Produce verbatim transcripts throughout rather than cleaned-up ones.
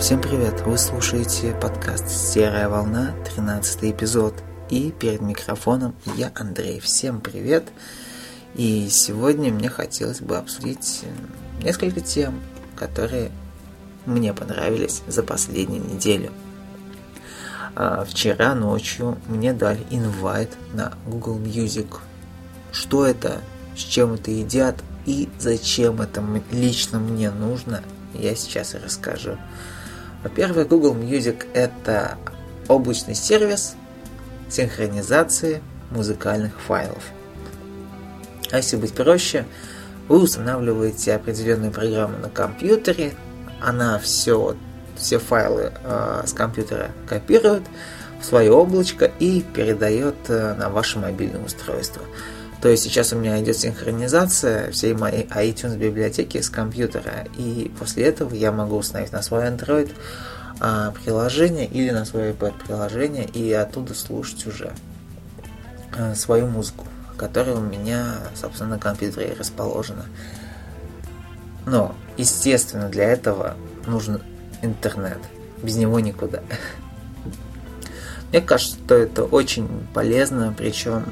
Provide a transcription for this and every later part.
Всем привет! Вы слушаете подкаст «Серая волна», тринадцатый эпизод. И перед микрофоном я, Андрей. Всем привет! И сегодня мне хотелось бы обсудить несколько тем, которые мне понравились за последнюю неделю. Вчера ночью мне дали инвайт на Google Music. Что это, с чем это едят и зачем это лично мне нужно, я сейчас и расскажу. Во-первых, Google Music – это облачный сервис синхронизации музыкальных файлов. А если быть проще, вы устанавливаете определенную программу на компьютере, она все, все файлы э, с компьютера копирует в свое облачко и передает э, на ваше мобильное устройство. То есть сейчас у меня идет синхронизация всей моей iTunes библиотеки с компьютера, и после этого я могу установить на свой Android а, приложение или на свой iPad приложение и оттуда слушать уже а, свою музыку, которая у меня, собственно, на компьютере расположена. Но, естественно, для этого нужен интернет. Без него никуда. Мне кажется, что это очень полезно, причем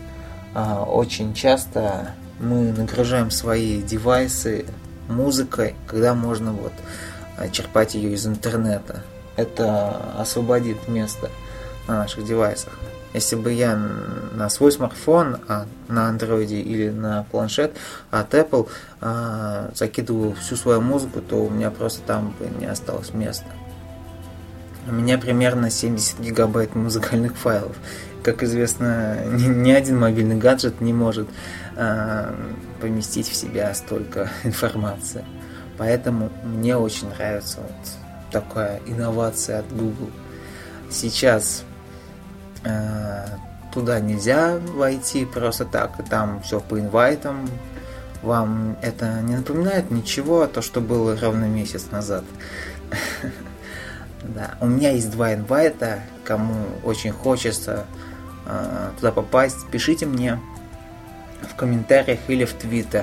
очень часто мы нагружаем свои девайсы музыкой, когда можно вот черпать ее из интернета. Это освободит место на наших девайсах. Если бы я на свой смартфон, на Android или на планшет от Apple закидывал всю свою музыку, то у меня просто там бы не осталось места. У меня примерно семьдесят гигабайт музыкальных файлов. Как известно, ни, ни один мобильный гаджет не может э, поместить в себя столько информации. Поэтому мне очень нравится вот такая инновация от Google. Сейчас э, туда нельзя войти просто так, и там все по инвайтам. Вам это не напоминает ничего, то, что было ровно месяц назад. Да, у меня есть два инвайта, кому очень хочется э, туда попасть, пишите мне в комментариях или в Твиттер.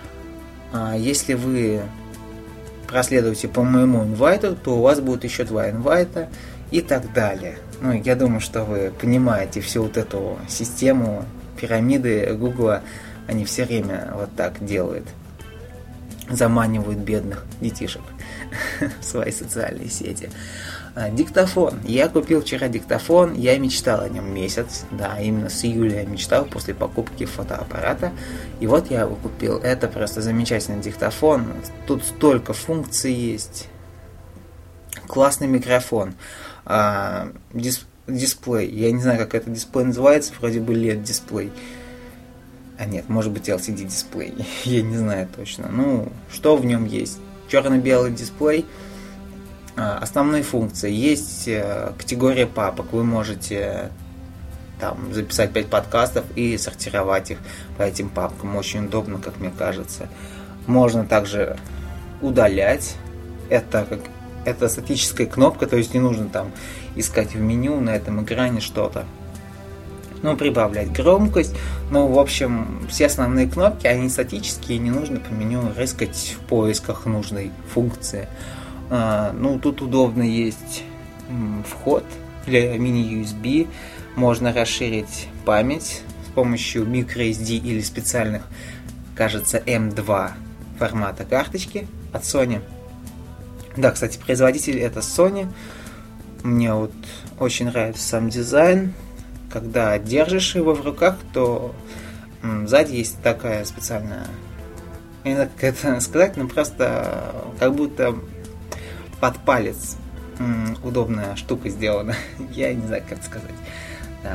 А если вы проследуете по моему инвайту, то у вас будет еще два инвайта и так далее. Ну, я думаю, что вы понимаете всю вот эту систему пирамиды Гугла, они все время вот так делают. Заманивают бедных детишек в свои социальные сети. Диктофон. Я купил вчера диктофон, я мечтал о нем месяц. Да, именно с июля я мечтал после покупки фотоаппарата. И вот я его купил. Это просто замечательный диктофон. Тут столько функций есть. Классный микрофон. А, дис- дисплей. Я не знаю, как этот дисплей называется. Вроде бы эл и ди-дисплей. А нет, может быть эл си ди дисплей, я не знаю точно. Ну, что в нем есть? Черно-белый дисплей, основные функции. Есть категория папок, вы можете там записать пять подкастов и сортировать их по этим папкам. Очень удобно, как мне кажется. Можно также удалять. Это как это статическая кнопка, то есть не нужно там искать в меню на этом экране что-то. Ну, прибавлять громкость. Ну, в общем, все основные кнопки, они статические, не нужно по меню рыскать в поисках нужной функции. А, ну, тут удобно есть вход для мини-ю эс би. Можно расширить память с помощью microSD или специальных, кажется, эм два формата карточки от Sony. Да, кстати, производитель это Sony. Мне вот очень нравится сам дизайн. Когда держишь его в руках, то м, сзади есть такая специальная, не знаю, как это сказать, но просто как будто под палец м, удобная штука сделана. Я не знаю, как это сказать. Да.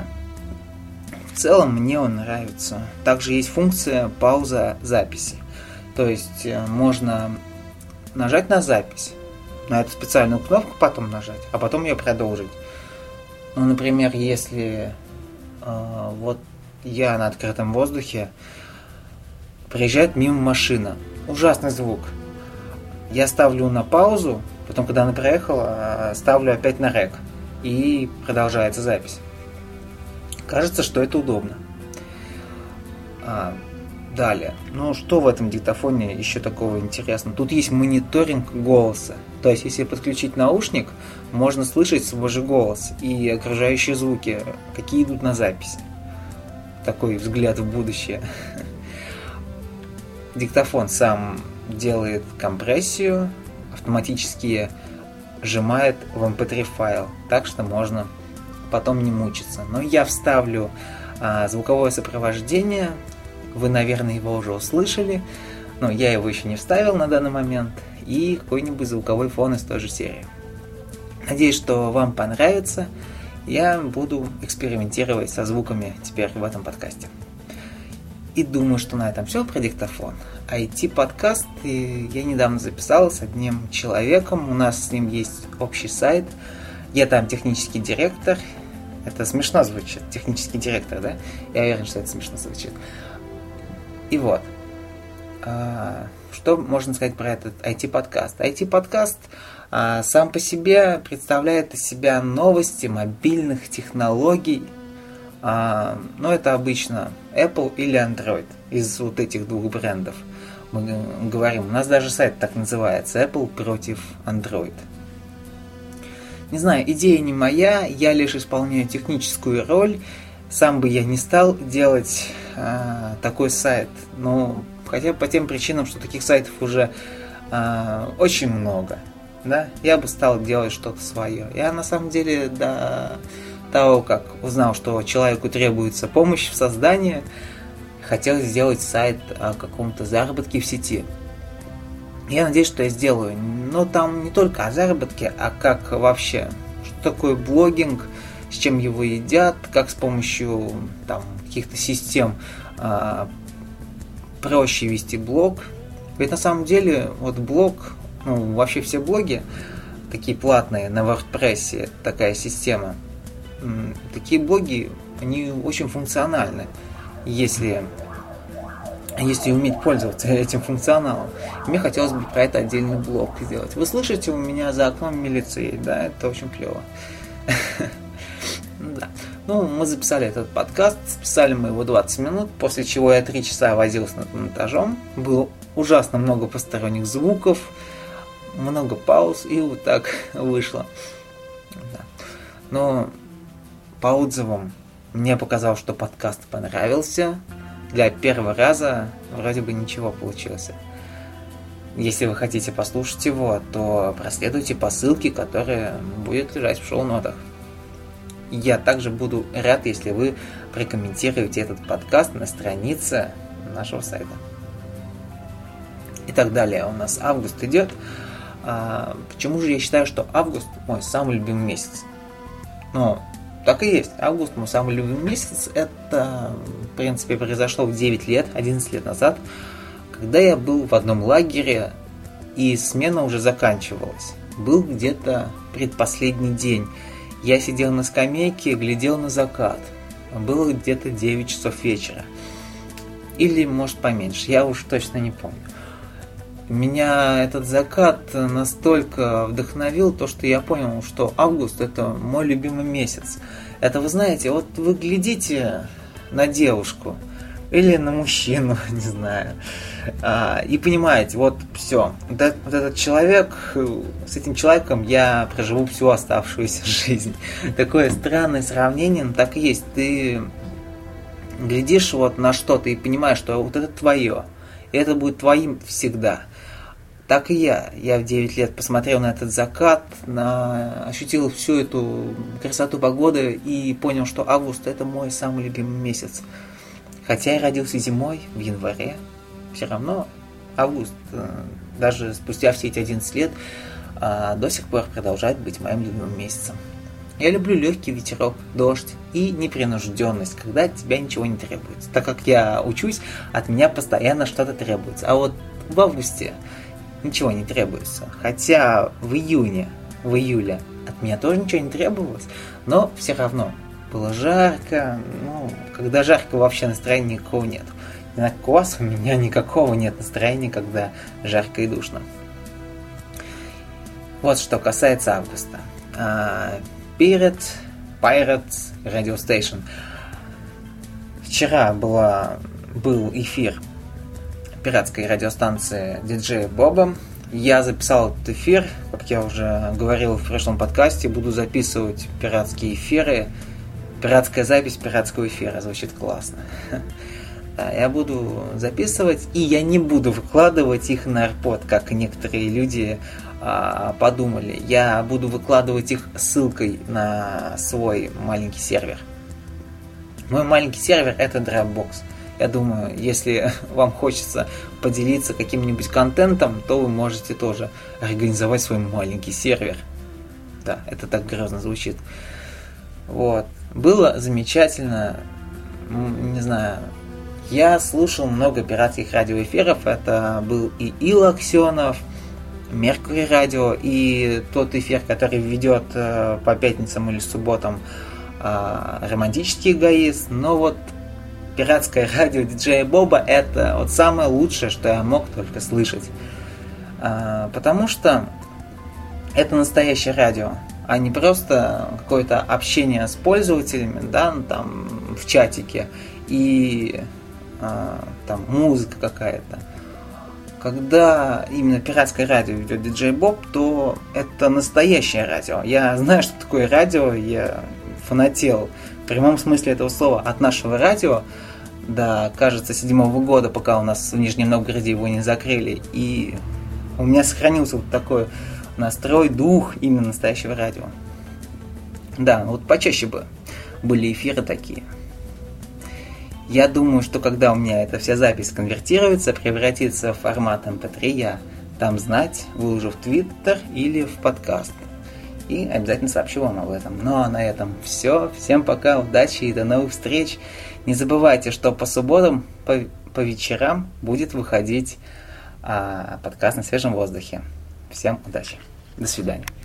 В целом мне он нравится. Также есть функция пауза записи. То есть можно нажать на запись, на эту специальную кнопку потом нажать, а потом ее продолжить. Ну, например, если э, вот я на открытом воздухе, проезжает мимо машина, ужасный звук. Я ставлю на паузу, потом, когда она проехала, ставлю опять на рек, и продолжается запись. Кажется, что это удобно. А, Далее. Ну, что в этом диктофоне еще такого интересного? Тут есть мониторинг голоса. То есть, если подключить наушник, можно слышать свой же голос и окружающие звуки, какие идут на запись. Такой взгляд в будущее. Диктофон сам делает компрессию, автоматически сжимает в эм пэ три файл, так что можно потом не мучиться. Но я вставлю а, звуковое сопровождение. Вы, наверное, его уже услышали, но я его еще не вставил на данный момент, и какой-нибудь звуковой фон из той же серии. Надеюсь, что вам понравится. Я буду экспериментировать со звуками теперь в этом подкасте. И думаю, что на этом все про диктофон. ай ти-подкаст я недавно записал с одним человеком. У нас с ним есть общий сайт. Я там технический директор. Это смешно звучит, технический директор, да? Я уверен, что это смешно звучит. И вот, что можно сказать про этот ай ти-подкаст? ай ти-подкаст сам по себе представляет из себя новости мобильных технологий. Но это обычно Apple или Android из вот этих двух брендов. Мы говорим, у нас даже сайт так называется, Apple против Android. Не знаю, идея не моя, я лишь исполняю техническую роль. Сам бы я не стал делать а, такой сайт, но хотя бы по тем причинам, что таких сайтов уже а, очень много, да, я бы стал делать что-то свое. Я на самом деле до того, как узнал, что человеку требуется помощь в создании, хотел сделать сайт о каком-то заработке в сети. Я надеюсь, что я сделаю, но там не только о заработке, а как вообще, что такое блогинг, с чем его едят, как с помощью там, каких-то систем а, проще вести блог. Ведь на самом деле вот блог, ну вообще все блоги, такие платные на WordPress, такая система, такие блоги, они очень функциональны, если, если уметь пользоваться этим функционалом. Мне хотелось бы про это отдельный блог сделать. Вы слышите, у меня за окном милиция, да, это очень клево. Да. Ну, мы записали этот подкаст, записали мы его двадцать минут, после чего я три часа возился над монтажом. Было ужасно много посторонних звуков, много пауз, и вот так вышло. Да. Но по отзывам мне показалось, что подкаст понравился. Для первого раза вроде бы ничего получилось. Если вы хотите послушать его, то проследуйте по ссылке, которая будет лежать в шоу-нотах. Я также буду рад, если вы прокомментируете этот подкаст на странице нашего сайта. И так далее. У нас август идет. А почему же я считаю, что август мой самый любимый месяц? Ну, так и есть. Август мой самый любимый месяц. Это, в принципе, произошло в девять лет, одиннадцать лет назад, когда я был в одном лагере, и смена уже заканчивалась. Был где-то предпоследний день. Я сидел на скамейке, глядел на закат. Было где-то девять часов вечера. Или, может, поменьше. Я уж точно не помню. Меня этот закат настолько вдохновил, то, что я понял, что август – это мой любимый месяц. Это, вы знаете, вот вы глядите на девушку или на мужчину, не знаю, и понимаете, вот все, вот этот, вот этот человек, с этим человеком я проживу всю оставшуюся жизнь. Такое странное сравнение, но так и есть. Ты глядишь вот на что-то и понимаешь, что вот это твое, и это будет твоим всегда. Так и я. Я в девять лет посмотрел на этот закат, на... ощутил всю эту красоту погоды и понял, что август – это мой самый любимый месяц. Хотя я родился зимой, в январе, все равно август, даже спустя все эти одиннадцать лет, до сих пор продолжает быть моим любимым месяцем. Я люблю легкий ветерок, дождь и непринужденность, когда от тебя ничего не требуется. Так как я учусь, от меня постоянно что-то требуется. А вот в августе ничего не требуется. Хотя в июне, в июле от меня тоже ничего не требовалось, но все равно было жарко. Ну, когда жарко, вообще настроения никакого нет. И на класс у меня никакого нет настроения, когда жарко и душно. Вот что касается августа. Pirate, Pirates Radio Station. Вчера была, был эфир пиратской радиостанции диджея Боба. Я записал этот эфир, как я уже говорил в прошлом подкасте, буду записывать пиратские эфиры. Пиратская запись пиратского эфира, звучит классно. Да, я буду записывать, и я не буду выкладывать их на AirPod, как некоторые люди а, подумали. Я буду выкладывать их ссылкой на свой маленький сервер. Мой маленький сервер — это Dropbox. Я думаю, если вам хочется поделиться каким-нибудь контентом, то вы можете тоже организовать свой маленький сервер. Да, это так грозно звучит. Вот. Было замечательно. Не знаю. Я слушал много пиратских радиоэфиров. Это был и Ил Аксенов, Меркурий радио, и тот эфир, который ведет по пятницам или субботам романтический эгоист. Но вот пиратское радио диджея Боба — это вот самое лучшее, что я мог только слышать. Потому что это настоящее радио, а не просто какое-то общение с пользователями, да, там в чатике, и там музыка какая-то. Когда именно пиратское радио ведет диджей Боб, то это настоящее радио. Я знаю, что такое радио, я фанател в прямом смысле этого слова от нашего радио до, кажется, седьмого года, пока у нас в Нижнем Новгороде его не закрыли. И у меня сохранился вот такой настрой, дух именно настоящего радио. Да, вот почаще бы были эфиры такие. Я думаю, что когда у меня эта вся запись конвертируется, превратится в формат эм пэ три, я дам знать, выложу в Твиттер или в подкаст. И обязательно сообщу вам об этом. Ну а на этом все. Всем пока, удачи и до новых встреч. Не забывайте, что по субботам, по, по вечерам будет выходить а, подкаст «На свежем воздухе». Всем удачи. До свидания.